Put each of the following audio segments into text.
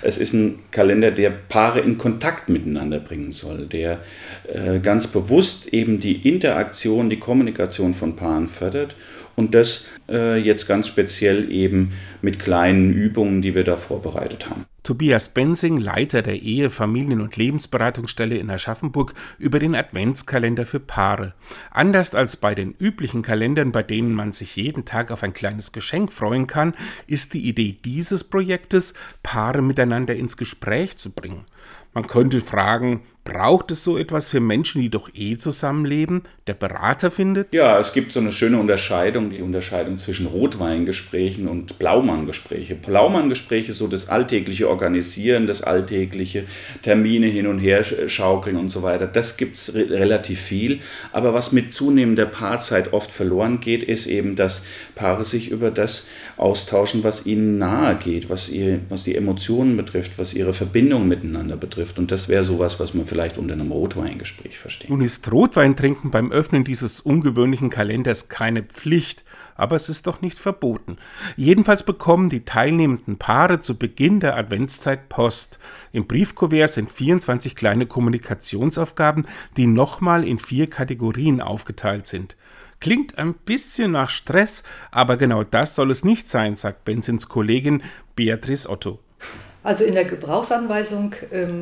Es ist ein Kalender, der Paare in Kontakt miteinander bringen soll, der ganz bewusst eben die Interaktion, die Kommunikation von Paaren fördert und das jetzt ganz speziell eben mit kleinen Übungen, die wir da vorbereitet haben. Tobias Bensing, Leiter der Ehe-, Familien- und Lebensberatungsstelle in Aschaffenburg, über den Adventskalender für Paare. Anders als bei den üblichen Kalendern, bei denen man sich jeden Tag auf ein kleines Geschenk freuen kann, ist die Idee dieses Projektes, Paare miteinander ins Gespräch zu bringen. Man könnte fragen, braucht es so etwas für Menschen, die doch zusammenleben? Der Berater findet? Ja, es gibt so eine schöne Unterscheidung, die Unterscheidung zwischen Rotweingesprächen und Blaumanngespräche. Blaumanngespräche, so das alltägliche Organisieren, das alltägliche Termine hin und her schaukeln und so weiter, das gibt es relativ viel. Aber was mit zunehmender Paarzeit oft verloren geht, ist eben, dass Paare sich über das austauschen, was ihnen nahe geht, was die Emotionen betrifft, was ihre Verbindung miteinander betrifft. Und das wäre sowas, was man vielleicht unter einem Rotweingespräch versteht. Nun ist Rotweintrinken beim Öffnen dieses ungewöhnlichen Kalenders keine Pflicht, aber es ist doch nicht verboten. Jedenfalls bekommen die teilnehmenden Paare zu Beginn der Adventszeit Post. Im Briefkuvert sind 24 kleine Kommunikationsaufgaben, die nochmal in 4 Kategorien aufgeteilt sind. Klingt ein bisschen nach Stress, aber genau das soll es nicht sein, sagt Bensings Kollegin Beatrice Otto. Also in der Gebrauchsanweisung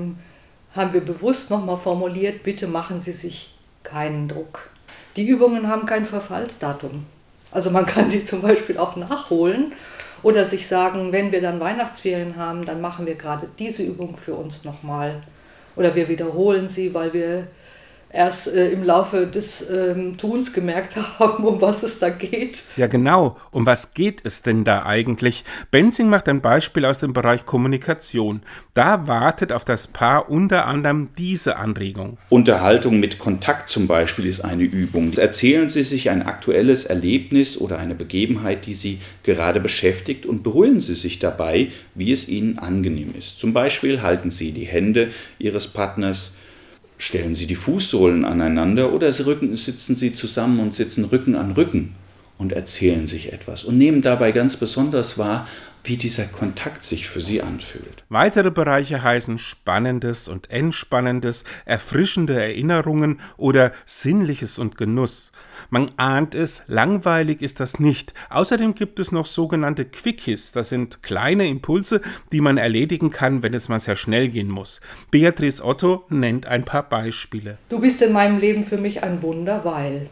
haben wir bewusst nochmal formuliert, bitte machen Sie sich keinen Druck. Die Übungen haben kein Verfallsdatum. Also man kann sie zum Beispiel auch nachholen oder sich sagen, wenn wir dann Weihnachtsferien haben, dann machen wir gerade diese Übung für uns nochmal. Oder wir wiederholen sie, weil wir erst im Laufe des Tuns gemerkt haben, um was es da geht. Ja genau, um was geht es denn da eigentlich? Bensing macht ein Beispiel aus dem Bereich Kommunikation. Da wartet auf das Paar unter anderem diese Anregung. Unterhaltung mit Kontakt zum Beispiel ist eine Übung. Erzählen Sie sich ein aktuelles Erlebnis oder eine Begebenheit, die Sie gerade beschäftigt und beruhigen Sie sich dabei, wie es Ihnen angenehm ist. Zum Beispiel halten Sie die Hände Ihres Partners, stellen Sie die Fußsohlen aneinander oder sitzen Sie zusammen und sitzen Rücken an Rücken und erzählen sich etwas und nehmen dabei ganz besonders wahr, wie dieser Kontakt sich für Sie anfühlt. Weitere Bereiche heißen Spannendes und Entspannendes, erfrischende Erinnerungen oder Sinnliches und Genuss. Man ahnt es, langweilig ist das nicht. Außerdem gibt es noch sogenannte Quickies. Das sind kleine Impulse, die man erledigen kann, wenn es mal sehr schnell gehen muss. Beatrice Otto nennt ein paar Beispiele. Du bist in meinem Leben für mich ein Wunder, weil...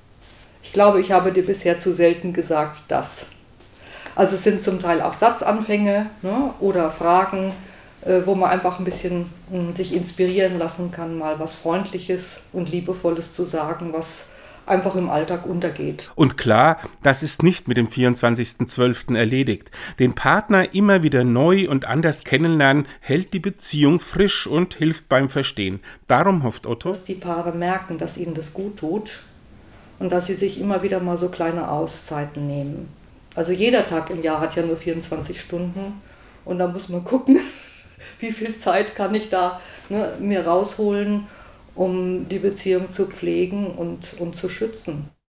Ich glaube, ich habe dir bisher zu selten gesagt, dass... Also es sind zum Teil auch Satzanfänge, ne, oder Fragen, wo man einfach ein bisschen sich inspirieren lassen kann, mal was Freundliches und Liebevolles zu sagen, was einfach im Alltag untergeht. Und klar, das ist nicht mit dem 24.12. erledigt. Den Partner immer wieder neu und anders kennenlernen, hält die Beziehung frisch und hilft beim Verstehen. Darum hofft Otto, dass die Paare merken, dass ihnen das gut tut und dass sie sich immer wieder mal so kleine Auszeiten nehmen. Also jeder Tag im Jahr hat ja nur 24 Stunden und da muss man gucken, wie viel Zeit kann ich da mir rausholen, um die Beziehung zu pflegen und zu schützen.